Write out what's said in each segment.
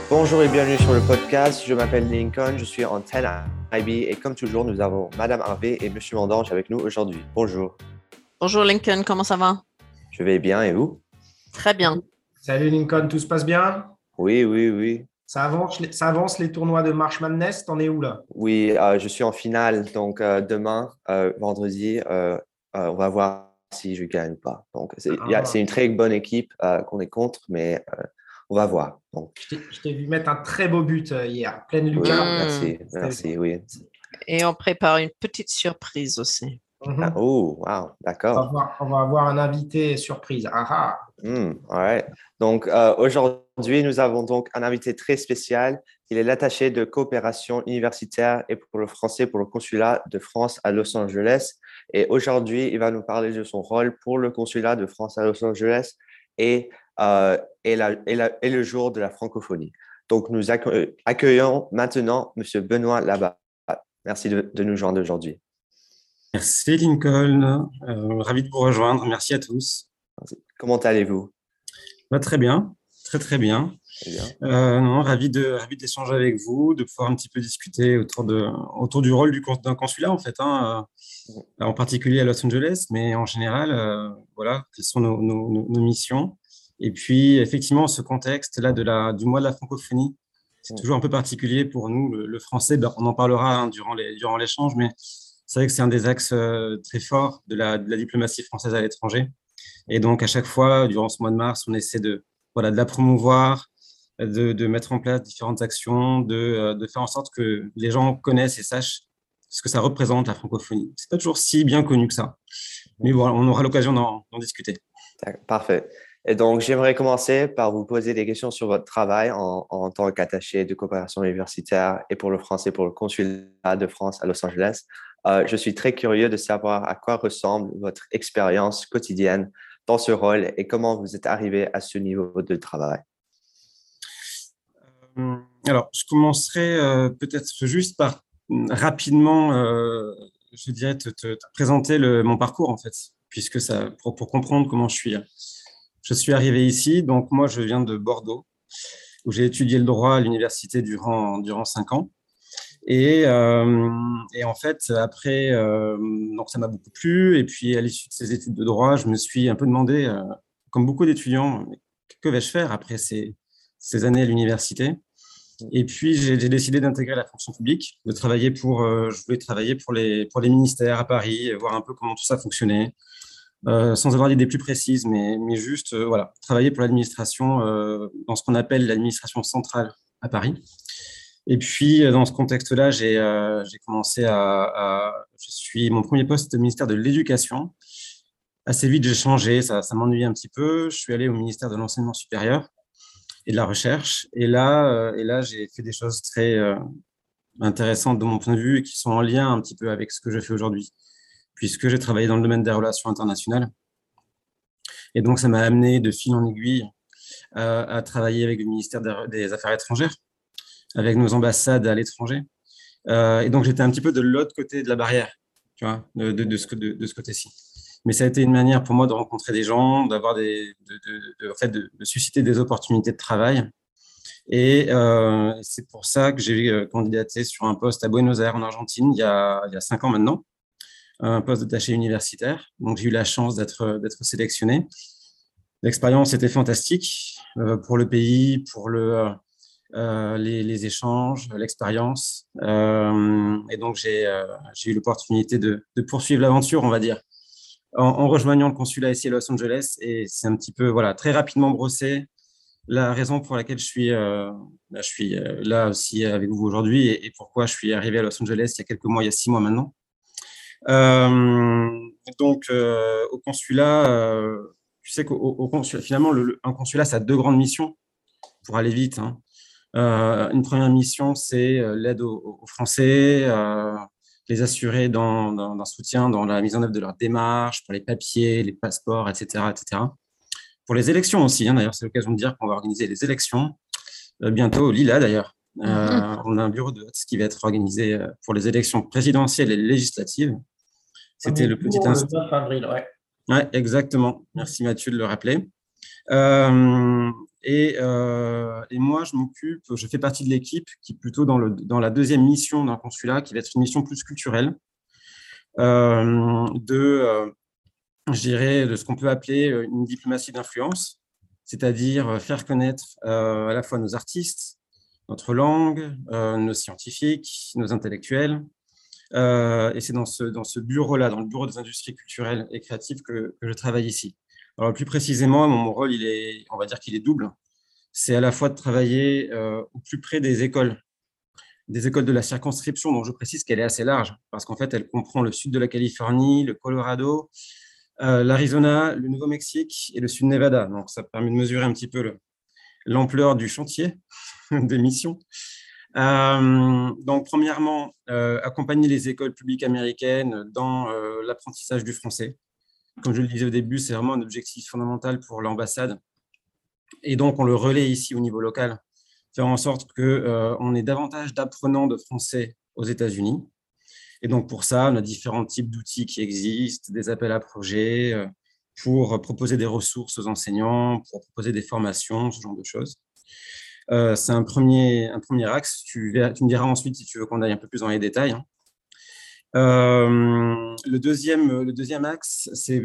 Bonjour et bienvenue sur le podcast. Je m'appelle Lincoln, je suis en 10IB et comme toujours, nous avons Madame Harvey et Monsieur Mandange avec nous aujourd'hui. Bonjour. Bonjour Lincoln, comment ça va? Je vais bien et vous? Très bien. Salut Lincoln, tout se passe bien? Oui, oui, oui. Ça avance les tournois de March Madness, t'en es où là? Oui, je suis en finale, donc demain, vendredi, on va voir si je gagne ou pas. Donc, c'est Ah, une très bonne équipe qu'on est contre, mais on va voir. Donc, je t'ai vu mettre un très beau but hier, pleine oui, lucarne. Hmm. merci, merci, oui. Et on prépare une petite surprise aussi. Ah, Mhm. oh, wow, d'accord. On va avoir un invité surprise. Ah ah. All right. Donc, aujourd'hui, nous avons donc un invité très spécial. Il est l'attaché de coopération universitaire et pour le français pour le consulat de France à Los Angeles. Et aujourd'hui, il va nous parler de son rôle pour le consulat de France à Los Angeles et, et le jour de la francophonie. Donc, nous accueillons maintenant Monsieur Benoît Labat. Merci de nous joindre aujourd'hui. Merci Lincoln. Ravi de vous rejoindre. Merci à tous. Comment allez-vous? Très bien, très très bien. Très bien. Non, ravi d'échanger avec vous, de pouvoir un petit peu discuter autour du rôle d'un consulat en fait, en particulier à Los Angeles, mais en général, voilà, quelles sont nos missions. Et puis effectivement, ce contexte-là du mois de la francophonie, c'est toujours un peu particulier pour nous. Le français, ben, on en parlera durant l'échange, mais c'est vrai que c'est un des axes très forts de la diplomatie française à l'étranger. Et donc, à chaque fois, durant ce mois de mars, on essaie voilà, de la promouvoir, de mettre en place différentes actions, de faire en sorte que les gens connaissent et sachent ce que ça représente, la francophonie. C'est pas toujours si bien connu que ça. Mais voilà, on aura l'occasion d'en discuter. Parfait. Et donc, j'aimerais commencer par vous poser des questions sur votre travail en tant qu'attaché de coopération universitaire et pour le français pour le consulat de France à Los Angeles. Je suis très curieux de savoir à quoi ressemble votre expérience quotidienne dans ce rôle et comment vous êtes arrivé à ce niveau de travail. Alors, je commencerai peut-être juste par rapidement, je dirais, te présenter mon parcours, en fait, puisque pour comprendre comment je suis arrivé ici. Donc, moi, je viens de Bordeaux, où j'ai étudié le droit à l'université durant 5 ans. Et en fait, après, donc ça m'a beaucoup plu. Et puis, à l'issue de ces études de droit, je me suis un peu demandé, comme beaucoup d'étudiants, que vais-je faire après ces années à l'université? Et puis, j'ai décidé d'intégrer la fonction publique, je voulais travailler pour les ministères à Paris, voir un peu comment tout ça fonctionnait, sans avoir d'idée plus précise, mais juste, voilà, travailler pour l'administration, dans ce qu'on appelle l'administration centrale à Paris. Et puis, dans ce contexte-là, j'ai commencé mon premier poste, c'était au ministère de l'Éducation. Assez vite, j'ai changé, ça m'ennuyait un petit peu. Je suis allé au ministère de l'Enseignement supérieur et de la Recherche. Et là, j'ai fait des choses très intéressantes de mon point de vue et qui sont en lien un petit peu avec ce que je fais aujourd'hui, puisque j'ai travaillé dans le domaine des relations internationales. Et donc, ça m'a amené de fil en aiguille à travailler avec le ministère des Affaires étrangères, avec nos ambassades à l'étranger. Et donc, j'étais un petit peu de l'autre côté de la barrière, tu vois, de ce côté-ci. Mais ça a été une manière pour moi de rencontrer des gens, en fait, de susciter des opportunités de travail. Et c'est pour ça que j'ai candidaté sur un poste à Buenos Aires, en Argentine, il y a 5 ans maintenant, un poste d'attaché universitaire. Donc, j'ai eu la chance d'être sélectionné. L'expérience était fantastique pour le pays, pour les échanges, l'expérience. Et donc, j'ai eu l'opportunité de poursuivre l'aventure, on va dire, en rejoignant le consulat ici à Los Angeles. Et c'est un petit peu, voilà, très rapidement brossé la raison pour laquelle je suis là aussi avec vous aujourd'hui et pourquoi je suis arrivé à Los Angeles il y a quelques mois, il y a 6 mois maintenant. Au consulat, tu sais qu'au consulat, finalement, un consulat, ça a 2 grandes missions pour aller vite, hein. Une première mission, c'est l'aide aux Français, les assurer d'un soutien dans la mise en œuvre de leurs démarches, pour les papiers, les passeports, etc., etc. Pour les élections aussi, hein, d'ailleurs, c'est l'occasion de dire qu'on va organiser les élections bientôt au Lila, d'ailleurs. On a un bureau de vote qui va être organisé pour les élections présidentielles et législatives. C'était le petit Le instant. 9 avril, ouais. Ouais, exactement. Merci Mathieu de le rappeler. Et moi, je fais partie de l'équipe qui est plutôt dans la deuxième mission d'un consulat, qui va être une mission plus culturelle, je dirais, de ce qu'on peut appeler une diplomatie d'influence, c'est-à-dire faire connaître à la fois nos artistes, notre langue, nos scientifiques, nos intellectuels. Et c'est dans ce bureau-là, dans le bureau des industries culturelles et créatives que je travaille ici. Alors, plus précisément, mon rôle, on va dire qu'il est double. C'est à la fois de travailler au plus près des écoles de la circonscription, dont je précise qu'elle est assez large, parce qu'en fait, elle comprend le sud de la Californie, le Colorado, l'Arizona, le Nouveau-Mexique et le sud Nevada. Donc, ça permet de mesurer un petit peu l'ampleur du chantier des missions. Donc, premièrement, accompagner les écoles publiques américaines dans l'apprentissage du français. Comme je le disais au début, c'est vraiment un objectif fondamental pour l'ambassade. Et donc, on le relaie ici au niveau local, faire en sorte qu'on ait davantage d'apprenants de français aux États-Unis. Et donc, pour ça, on a différents types d'outils qui existent, des appels à projets pour proposer des ressources aux enseignants, pour proposer des formations, ce genre de choses. C'est un premier axe. Tu me diras ensuite si tu veux qu'on aille un peu plus dans les détails. Le deuxième axe, c'est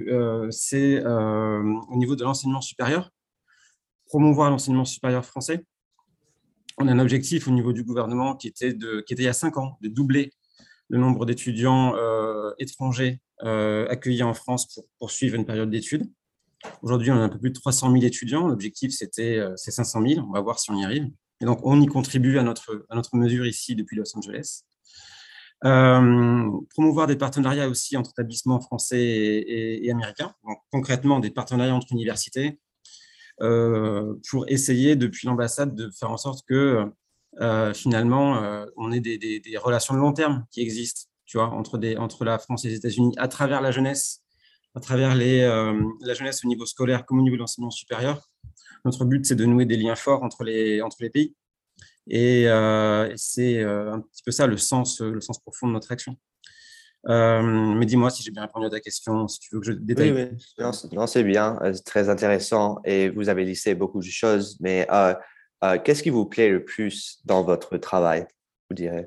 au niveau de l'enseignement supérieur, promouvoir l'enseignement supérieur français. On a un objectif au niveau du gouvernement qui était il y a 5 ans, de doubler le nombre d'étudiants étrangers accueillis en France pour poursuivre une période d'études. Aujourd'hui, on a un peu plus de 300 000 étudiants. L'objectif, c'est 500 000. On va voir si on y arrive. Et donc, on y contribue à notre mesure ici depuis Los Angeles. Promouvoir des partenariats aussi entre établissements français et américains. Donc, concrètement, des partenariats entre universités pour essayer, depuis l'ambassade, de faire en sorte que finalement, on ait des relations de long terme qui existent, tu vois, entre la France et les États-Unis à travers la jeunesse, à travers la jeunesse au niveau scolaire comme au niveau de l'enseignement supérieur. Notre but, c'est de nouer des liens forts entre les pays. Et c'est un petit peu ça le sens profond de notre action. Mais dis-moi si j'ai bien répondu à ta question, si tu veux que je détaille. Oui, oui. Non, c'est bien, c'est très intéressant et vous avez listé beaucoup de choses, mais qu'est-ce qui vous plaît le plus dans votre travail, vous direz?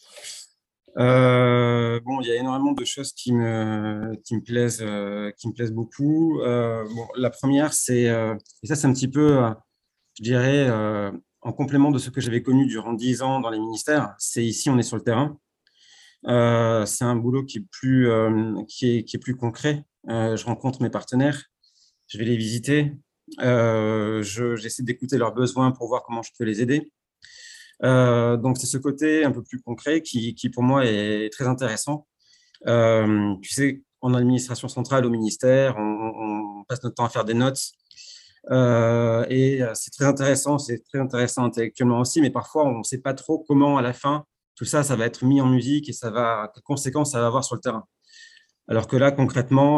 Bon, il y a énormément de choses qui me plaisent beaucoup. Bon, la première, et ça c'est un petit peu, je dirais, en complément de ce que j'avais connu durant 10 ans dans les ministères, c'est ici, on est sur le terrain. C'est un boulot qui est plus concret. Je rencontre mes partenaires, je vais les visiter, j'essaie d'écouter leurs besoins pour voir comment je peux les aider. Donc, c'est ce côté un peu plus concret qui pour moi, est très intéressant. Tu sais, en administration centrale au ministère, on passe notre temps à faire des notes. Et c'est très intéressant intellectuellement aussi, mais parfois, on ne sait pas trop comment, à la fin, tout ça, ça va être mis en musique et quelles conséquences ça va avoir sur le terrain. Alors que là, concrètement,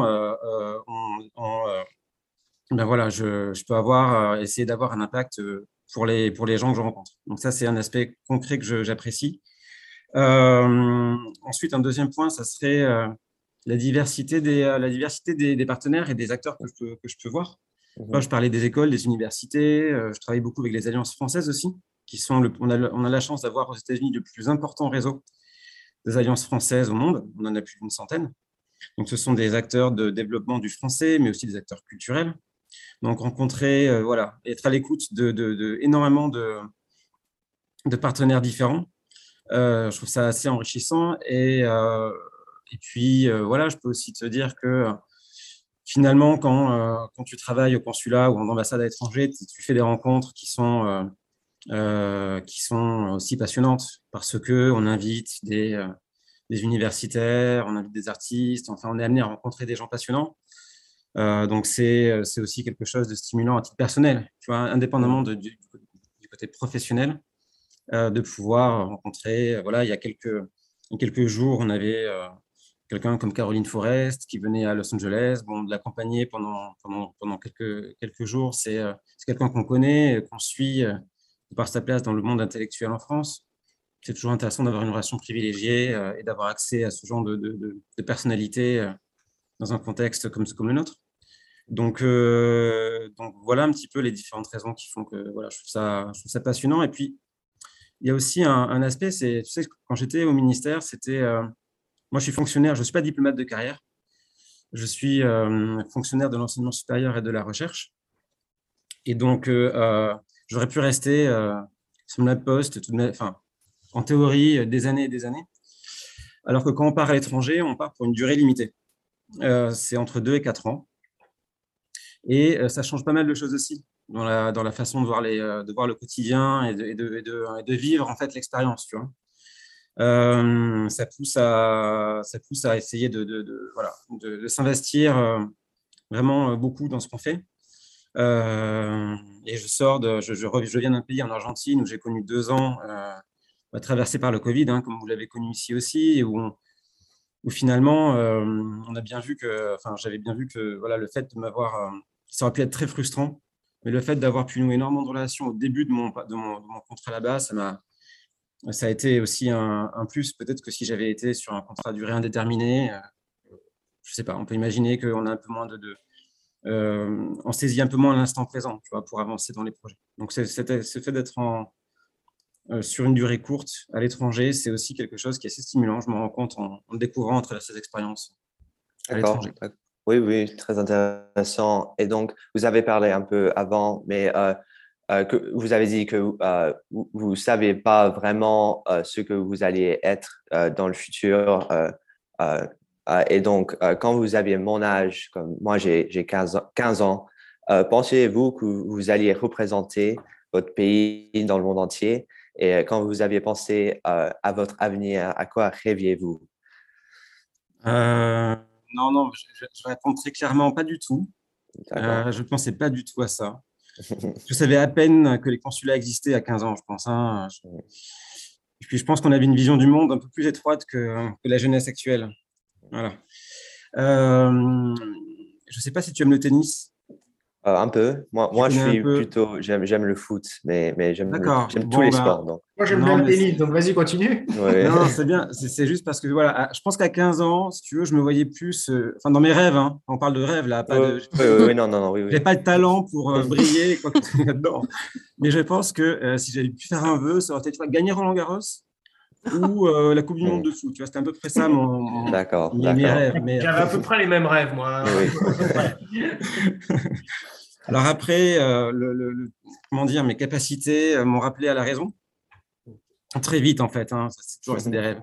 ben voilà, je peux essayer d'avoir un impact pour les gens que je rencontre. Donc ça, c'est un aspect concret que j'apprécie. Ensuite, un deuxième point, ça serait la diversité des partenaires et des acteurs que je peux voir. Enfin, je parlais des écoles, des universités. Je travaille beaucoup avec les alliances françaises aussi, qui sont on a la chance d'avoir aux États-Unis le plus important réseau des alliances françaises au monde. On en a plus d'une centaine. Donc, ce sont des acteurs de développement du français, mais aussi des acteurs culturels. Donc, rencontrer, voilà, être à l'écoute énormément de partenaires différents. Je trouve ça assez enrichissant. Et puis, voilà, je peux aussi te dire que finalement, quand tu travailles au consulat ou en ambassade à l'étranger, tu fais des rencontres qui sont aussi passionnantes parce qu'on invite des universitaires, on invite des artistes, enfin, on est amené à rencontrer des gens passionnants. Donc, c'est aussi quelque chose de stimulant à titre personnel, tu vois, indépendamment du côté professionnel, de pouvoir rencontrer. Voilà, il y a quelques jours, on avait quelqu'un comme Caroline Forrest qui venait à Los Angeles, bon, de l'accompagner pendant quelques jours. C'est quelqu'un qu'on connaît, qu'on suit par sa place dans le monde intellectuel en France. C'est toujours intéressant d'avoir une relation privilégiée et d'avoir accès à ce genre de personnalité dans un contexte comme le nôtre. Donc voilà un petit peu les différentes raisons qui font que voilà, je trouve ça passionnant. Et puis, il y a aussi un aspect, c'est, tu sais, quand j'étais au ministère, moi je suis fonctionnaire, je ne suis pas diplomate de carrière, je suis fonctionnaire de l'enseignement supérieur et de la recherche. Et donc, j'aurais pu rester sur le même poste, enfin, en théorie, des années et des années. Alors que quand on part à l'étranger, on part pour une durée limitée. C'est entre 2 et 4 ans. Et ça change pas mal de choses aussi dans la façon de voir le quotidien et de vivre en fait l'expérience, tu vois. Ça pousse à essayer voilà, de s'investir vraiment beaucoup dans ce qu'on fait. Et je viens d'un pays en Argentine où j'ai connu 2 ans traversés par le Covid, hein, comme vous l'avez connu ici aussi, et où finalement, on a bien vu j'avais bien vu que voilà, le fait de m'avoir, ça aurait pu être très frustrant, mais le fait d'avoir pu nouer énormément de relations au début de mon contrat là-bas, ça a été aussi un plus, peut-être que si j'avais été sur un contrat à durée indéterminée, je sais pas, on peut imaginer qu'on a un peu moins on saisit un peu moins l'instant présent, tu vois, pour avancer dans les projets. Donc, ce fait d'être sur une durée courte à l'étranger, c'est aussi quelque chose qui est assez stimulant. Je me rends compte en découvrant à travers ces expériences à D'accord. l'étranger. Oui, oui, très intéressant. Et donc, vous avez parlé un peu avant, mais que vous avez dit que vous ne saviez pas vraiment ce que vous alliez être dans le futur. Euh, et donc, quand vous aviez mon âge, comme moi j'ai 15 ans, pensiez-vous que vous alliez représenter votre pays dans le monde entier? Et quand vous aviez pensé à votre avenir, à quoi rêviez-vous? Euh, non, non, je réponds très clairement pas du tout. D'accord. Je ne pensais pas du tout à ça. Je savais à peine que les consulats existaient à 15 ans, je pense, hein. Et puis, je pense qu'on avait une vision du monde un peu plus étroite que la jeunesse actuelle. Voilà. Je ne sais pas si tu aimes le tennis. Un peu. Tu Moi, je connais un suis peu. plutôt, j'aime le foot, mais D'accord. j'aime tous Bon, les ben, sports. Donc, Moi, j'aime bien non, le mais tennis, donc vas-y, continue. ouais. non, c'est bien. C'est juste parce que voilà, je pense qu'à 15 ans, si tu veux, je me voyais plus, enfin, dans mes rêves, hein, on parle de rêves là, Oui, oui, oui, non, non, non, oui, j'ai oui. pas le talent pour briller quoi que ce soit là-dedans. Mais je pense que si j'avais pu faire un vœu, ça aurait été, tu vois, gagner Roland-Garros ou la Coupe du Monde Hmm. de foot. Tu vois, c'était à peu près ça D'accord, mes d'accord. rêves. Mais J'avais à peu près les mêmes rêves, moi. Oui, oui. À peu près. alors après, comment dire, mes capacités m'ont rappelé à la raison très vite en fait. Hein, ça, c'est toujours resté des rêves.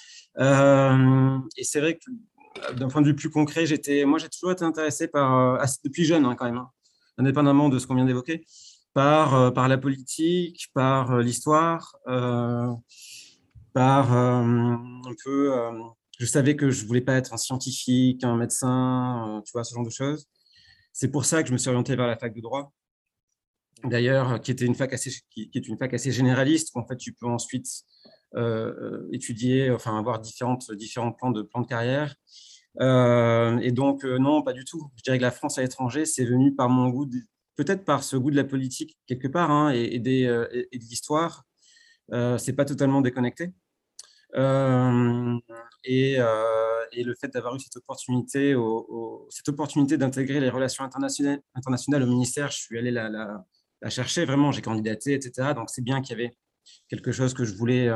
Et c'est vrai que d'un point de vue plus concret, moi j'ai toujours été intéressé depuis jeune hein, quand même, hein, indépendamment de ce qu'on vient d'évoquer, par la politique, par l'histoire, par un peu. Je savais que je voulais pas être un scientifique, un médecin, tu vois, ce genre de choses. C'est pour ça que je me suis orienté vers la fac de droit, d'ailleurs, qui est une fac assez généraliste, où en fait tu peux ensuite étudier, enfin avoir différents plans de carrière. Et donc, non, pas du tout. Je dirais que la France à l'étranger, c'est venu par mon goût, peut-être par ce goût de la politique quelque part, hein, et de l'histoire. C'est pas totalement déconnecté. Euh, et le fait d'avoir eu cette opportunité d'intégrer les relations internationales au ministère, je suis allé la chercher vraiment, j'ai candidaté, etc. Donc, c'est bien qu'il y avait quelque chose que je voulais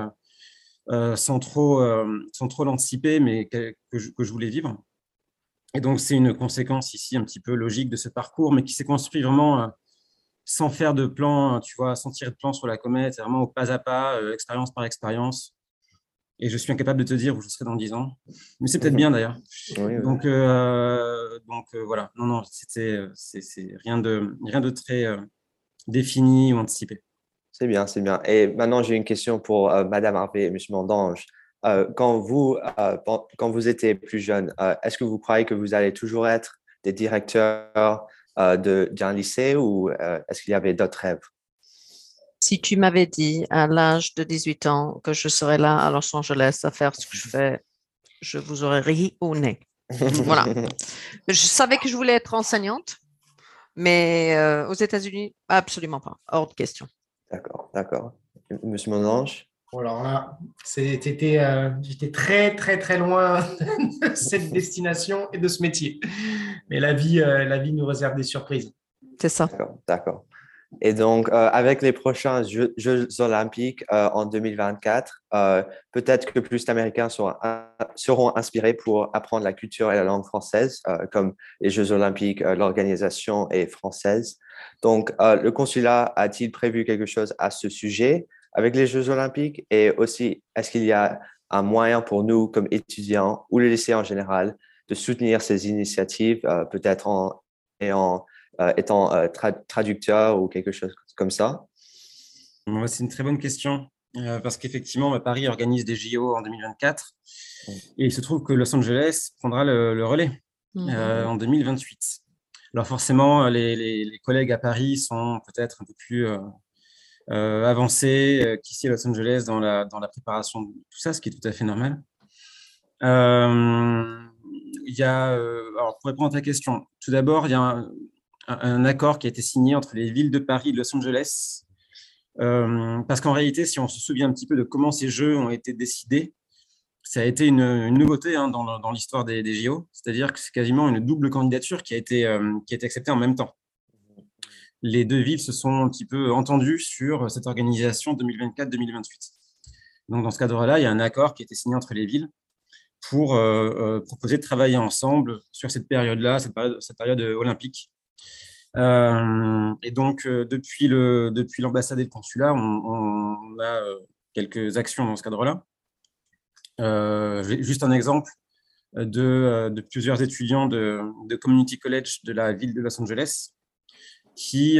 sans trop l'anticiper, mais que je voulais vivre. Et donc, c'est une conséquence ici un petit peu logique de ce parcours, mais qui s'est construit vraiment sans faire de plan, tu vois, sans tirer de plan sur la comète, c'est vraiment au pas à pas, expérience par expérience. Et je suis incapable de te dire où je serai dans 10 ans. Mais c'est peut-être bien d'ailleurs. Oui, oui. Donc voilà, non, non, c'est rien de très défini ou anticipé. C'est bien, c'est bien. Et maintenant, j'ai une question pour Madame Harvey et Monsieur Mandange. Quand vous étiez plus jeune, est-ce que vous croyez que vous allez toujours être des directeurs d'un lycée ou est-ce qu'il y avait d'autres rêves? Si tu m'avais dit à l'âge de 18 ans que je serais là à Los Angeles à faire ce que je fais, je vous aurais ri au nez. Voilà. Je savais que je voulais être enseignante, mais aux États-Unis, absolument pas. Hors de question. D'accord, d'accord. Monsieur Mandange? Bon, alors là, j'étais très, très, très loin de cette destination et de ce métier. Mais la vie nous réserve des surprises. C'est ça. D'accord, d'accord. Et donc, avec les prochains Jeux olympiques en 2024, peut-être que plus d'Américains seront inspirés pour apprendre la culture et la langue française, comme les Jeux olympiques, l'organisation est française. Donc, le consulat a-t-il prévu quelque chose à ce sujet avec les Jeux olympiques? Et aussi, est-ce qu'il y a un moyen pour nous, comme étudiants ou les lycéens en général, de soutenir ces initiatives, peut-être étant traducteur ou quelque chose comme ça? C'est une très bonne question, parce qu'effectivement, Paris organise des JO en 2024 et il se trouve que Los Angeles prendra le relais en 2028. Alors forcément, les collègues à Paris sont peut-être un peu plus avancés qu'ici à Los Angeles dans la préparation de tout ça, ce qui est tout à fait normal. Alors pour répondre à ta question, tout d'abord, il y a un accord qui a été signé entre les villes de Paris et de Los Angeles. Parce qu'en réalité, si on se souvient un petit peu de comment ces jeux ont été décidés, ça a été une nouveauté dans l'histoire des JO, c'est-à-dire que c'est quasiment une double candidature qui a été acceptée en même temps. Les deux villes se sont un petit peu entendues sur cette organisation 2024-2028. Donc dans ce cadre-là, il y a un accord qui a été signé entre les villes pour proposer de travailler ensemble sur cette période-là, cette période olympique. Et donc, depuis l'ambassade et le consulat, on a quelques actions dans ce cadre-là. Juste un exemple de plusieurs étudiants de Community College de la ville de Los Angeles qui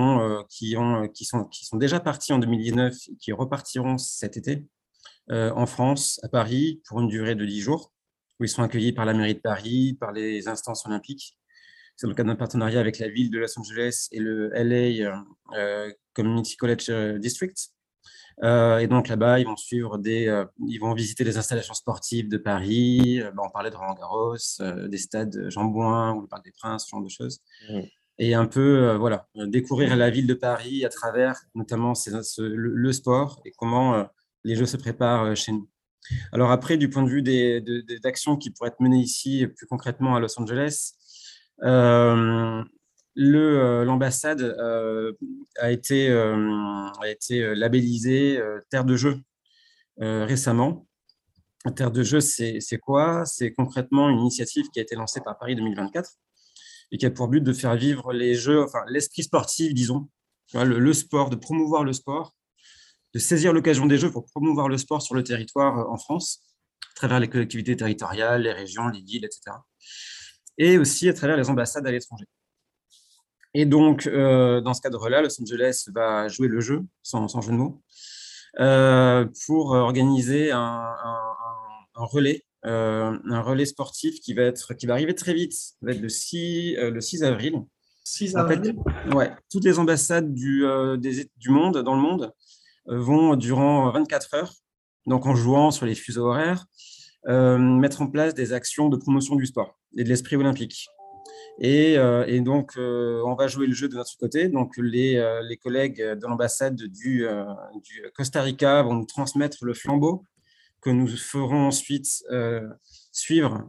sont déjà partis en 2019 et qui repartiront cet été en France, à Paris, pour une durée de 10 jours, où ils sont accueillis par la mairie de Paris, par les instances olympiques. C'est dans le cadre d'un partenariat avec la ville de Los Angeles et le LA Community College District. Et donc là-bas, ils vont visiter les installations sportives de Paris. On parlait de Roland-Garros, des stades Jean-Bouin ou le Parc des Princes, ce genre de choses. Et un peu, découvrir la ville de Paris à travers notamment le sport et comment les Jeux se préparent chez nous. Alors après, du point de vue d'actions qui pourraient être menées ici, plus concrètement à Los Angeles, l'ambassade a été labellisée Terre de Jeux récemment. Terre de Jeux, c'est quoi? C'est concrètement une initiative qui a été lancée par Paris 2024 et qui a pour but de faire vivre les Jeux, enfin l'esprit sportif, disons, le sport, de promouvoir le sport, de saisir l'occasion des Jeux pour promouvoir le sport sur le territoire en France, à travers les collectivités territoriales, les régions, les villes, etc. Et aussi à travers les ambassades à l'étranger. Et donc, dans ce cadre-là, Los Angeles va jouer le jeu, sans jeu de mots, pour organiser un relais sportif qui va arriver très vite, ça va être le 6 avril. 6 avril. En fait, ouais, toutes les ambassades du monde, dans le monde, vont, durant 24 heures, donc en jouant sur les fuseaux horaires, mettre en place des actions de promotion du sport et de l'esprit olympique. Et donc, on va jouer le jeu de notre côté. Donc, les collègues de l'ambassade du Costa Rica vont nous transmettre le flambeau que nous ferons ensuite suivre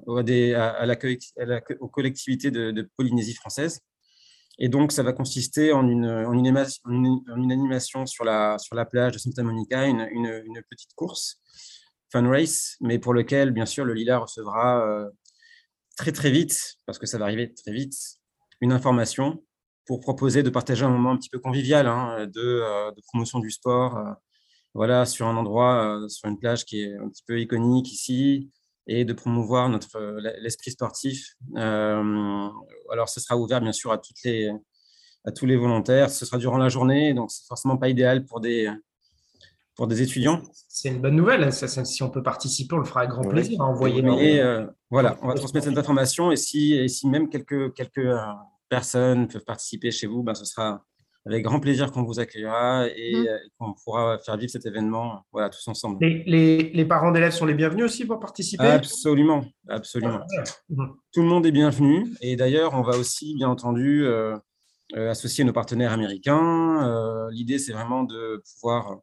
aux collectivités de Polynésie française. Et donc, ça va consister en une animation sur la plage de Santa Monica, une petite course, fun race, mais pour lequel, bien sûr, le Lila recevra très, très vite, parce que ça va arriver très vite, une information pour proposer de partager un moment un petit peu convivial de promotion du sport, sur un endroit, sur une plage qui est un petit peu iconique ici, et de promouvoir l'esprit sportif. Alors, ce sera ouvert, bien sûr, à tous les volontaires. Ce sera durant la journée, donc c'est forcément pas idéal pour des étudiants. C'est une bonne nouvelle. Si on peut participer, on le fera avec grand plaisir à envoyer. Voilà, on va transmettre cette information et si même quelques personnes peuvent participer chez vous, ce sera avec grand plaisir qu'on vous accueillera et qu'on pourra faire vivre cet événement tous ensemble. Les parents d'élèves sont les bienvenus aussi pour participer? Absolument, absolument. Tout le monde est bienvenu et d'ailleurs, on va aussi, bien entendu, associer nos partenaires américains. L'idée, c'est vraiment de pouvoir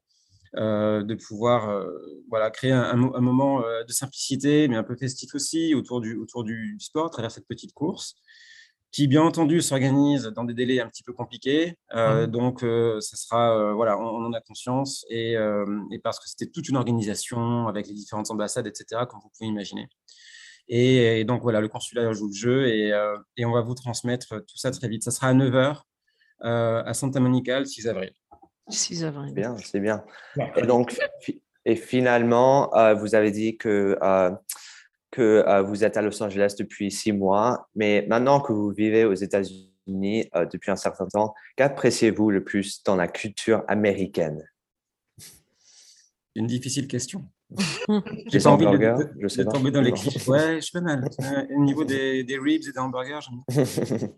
de pouvoir créer un moment de simplicité, mais un peu festif aussi, autour du sport, à travers cette petite course, qui, bien entendu, s'organise dans des délais un petit peu compliqués. Donc, ça sera, on en a conscience, et parce que c'était toute une organisation avec les différentes ambassades, etc., comme vous pouvez imaginer. Et donc, voilà, le consulat joue le jeu, et on va vous transmettre tout ça très vite. Ça sera à 9h à Santa Monica le 6 avril. 6 avril. Bien, c'est bien. Et Mercredi. donc, finalement, vous avez dit que vous êtes à Los Angeles depuis 6 mois, mais maintenant que vous vivez aux États-Unis depuis un certain temps, qu'appréciez-vous le plus dans la culture américaine? Une difficile question. J'ai Les pas envie hamburgers, je sais de pas. tomber dans les Non. clichés. Ouais, je suis pas mal. Au niveau des ribs et des hamburgers, j'aime bien.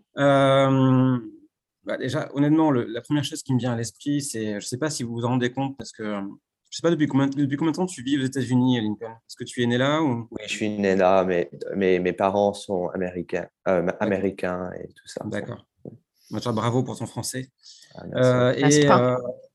Déjà, honnêtement, la première chose qui me vient à l'esprit, c'est, je ne sais pas si vous vous en rendez compte, parce que je ne sais pas depuis combien de temps tu vis aux États-Unis, Lincoln. Est-ce que tu es né là ou... Oui, je suis né là, mais mes parents sont américains et tout ça. D'accord. Déjà, bravo pour ton français. Ah, merci. N'est-ce pas?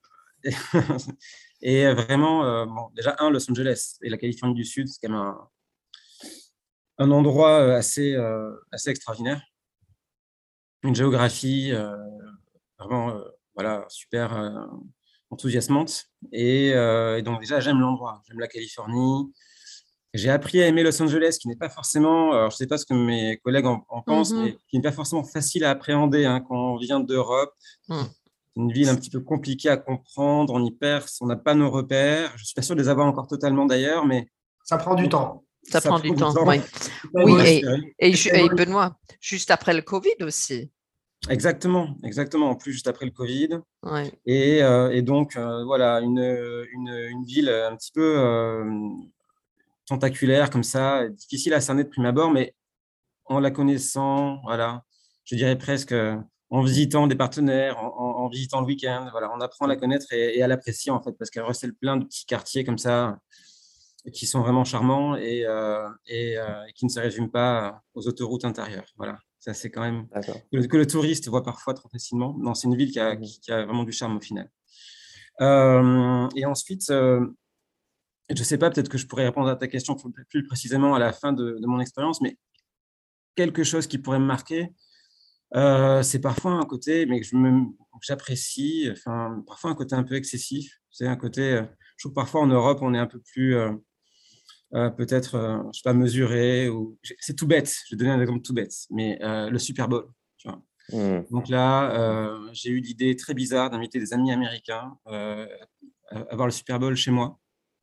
Et vraiment, déjà, Los Angeles et la Californie du Sud, c'est quand même un endroit assez extraordinaire. Une géographie vraiment super enthousiasmante. Et donc, déjà, j'aime l'endroit, j'aime la Californie. J'ai appris à aimer Los Angeles, qui n'est pas forcément, alors je ne sais pas ce que mes collègues en pensent, mais qui n'est pas forcément facile à appréhender quand on vient d'Europe. C'est une ville un petit peu compliquée à comprendre, on y perd, on n'a pas nos repères. Je ne suis pas sûr de les avoir encore totalement d'ailleurs, mais Ça prend du temps. Ça prend du temps, oui. Oui, et Benoît, juste après le Covid aussi. Exactement. En plus, juste après le Covid. Ouais. Et donc, voilà, une ville un petit peu tentaculaire comme ça, difficile à cerner de prime abord, mais en la connaissant, voilà, je dirais presque en visitant des partenaires, en visitant le week-end, voilà, on apprend à la connaître et à l'apprécier en fait, parce qu'elle recèle plein de petits quartiers comme ça qui sont vraiment charmants et qui ne se résument pas aux autoroutes intérieures. Voilà, ça c'est quand même que le touriste voit parfois trop facilement. Non, c'est une ville qui a vraiment du charme au final. Et ensuite, je ne sais pas, peut-être que je pourrais répondre à ta question plus précisément à la fin de mon expérience, mais quelque chose qui pourrait me marquer, c'est parfois un côté, mais que j'apprécie, enfin, parfois un côté un peu excessif. C'est un côté, je trouve que parfois en Europe, on est un peu plus, peut-être, je ne sais pas, mesuré. C'est tout bête, je vais donner un exemple tout bête, mais le Super Bowl, tu vois. Donc là, j'ai eu l'idée très bizarre d'inviter des amis américains à voir le Super Bowl chez moi.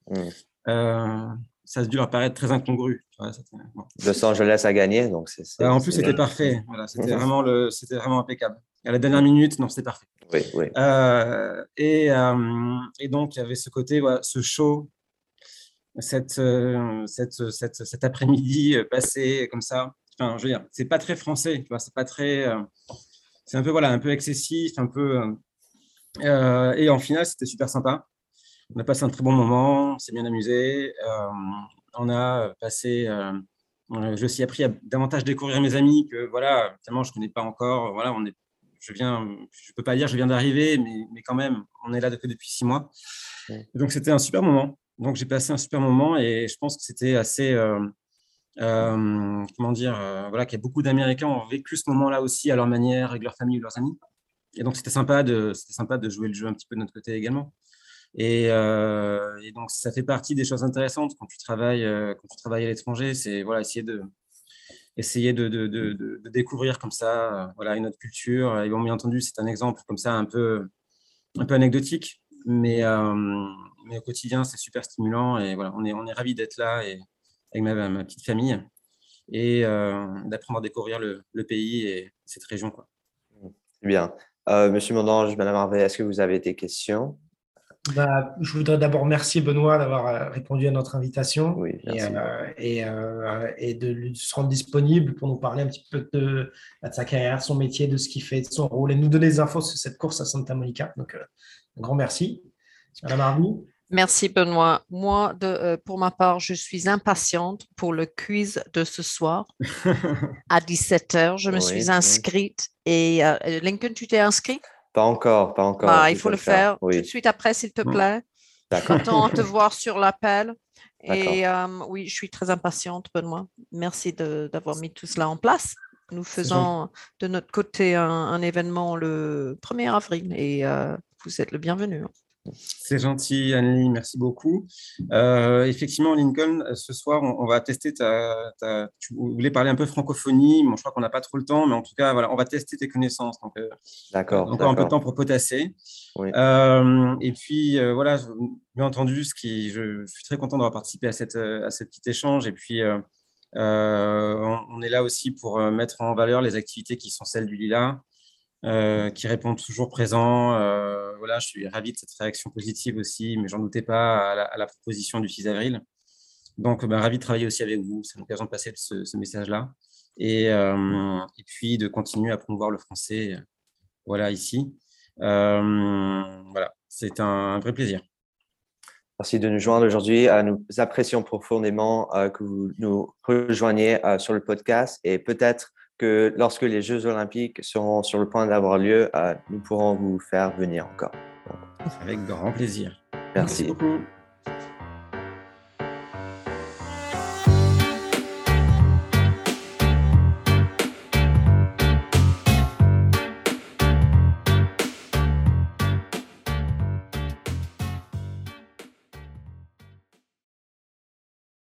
Ça a dû leur paraître très incongru. Los Angeles a gagné, donc en plus, c'était parfait. Voilà, c'était vraiment impeccable. À la dernière minute, non, c'était parfait. Oui. Et donc, il y avait ce côté, ce show, cet après-midi passé comme ça. Enfin, je veux dire, c'est pas très français, tu vois, c'est pas très, c'est un peu, un peu excessif, un peu. Et en finale, c'était super sympa. On a passé un très bon moment, on s'est bien amusé. On a passé. Je suis appris à davantage découvrir mes amis que finalement je connais pas encore. Je peux pas dire je viens d'arriver, mais quand même, on est là depuis 6 mois. Donc c'était un super moment. Donc j'ai passé un super moment et je pense que c'était assez. Comment dire, qu'il y a beaucoup d'Américains ont vécu ce moment-là aussi à leur manière, avec leur famille ou leurs amis. Et donc c'était sympa de jouer le jeu un petit peu de notre côté également. Et donc ça fait partie des choses intéressantes quand tu travailles à l'étranger, c'est essayer de découvrir comme ça une autre culture. Et bien entendu, c'est un exemple comme ça un peu anecdotique, mais au quotidien c'est super stimulant et voilà, on est ravis d'être là et avec ma petite famille et d'apprendre à découvrir le pays et cette région, quoi. C'est bien. Monsieur Mondange, Madame Harvey, est-ce que vous avez des questions? Je voudrais d'abord remercier Benoît d'avoir répondu à notre invitation et de se rendre disponible pour nous parler un petit peu de sa carrière, son métier, de ce qu'il fait, de son rôle et nous donner des infos sur cette course à Santa Monica. Donc, un grand merci. Madame Harvey. Merci Benoît. Moi, pour ma part, je suis impatiente pour le quiz de ce soir à 17h. Je me suis inscrite et Lincoln, tu t'es inscrit? Pas encore. Il faut le faire tout de suite après, s'il te plaît. J'attends de te voir sur l'appel. Et oui, je suis très impatiente, Benoît. Merci d'avoir mis tout cela en place. Nous faisons de notre côté un événement le 1er avril et vous êtes le bienvenu. C'est gentil, Annelie, merci beaucoup. Effectivement, Lincoln, ce soir, on va tester tu voulais parler un peu francophonie, bon, je crois qu'on n'a pas trop le temps, mais en tout cas, voilà, on va tester tes connaissances. Donc, encore un peu de temps pour potasser. Oui. Et puis, voilà, bien entendu, je suis très content d'avoir participé à ce petit échange. Et puis, on est là aussi pour mettre en valeur les activités qui sont celles du Lila. Qui répondent toujours présents. Voilà, je suis ravi de cette réaction positive aussi, mais j'en doutais pas à la proposition du 6 avril. Donc, ravi de travailler aussi avec vous. C'est l'occasion de passer ce message-là. Et puis, de continuer à promouvoir le français voilà, ici. Voilà, c'est un vrai plaisir. Merci de nous joindre aujourd'hui. Nous apprécions profondément que vous nous rejoigniez sur le podcast et peut-être que lorsque les Jeux olympiques seront sur le point d'avoir lieu, nous pourrons vous faire venir encore. Avec grand plaisir. Merci Merci beaucoup.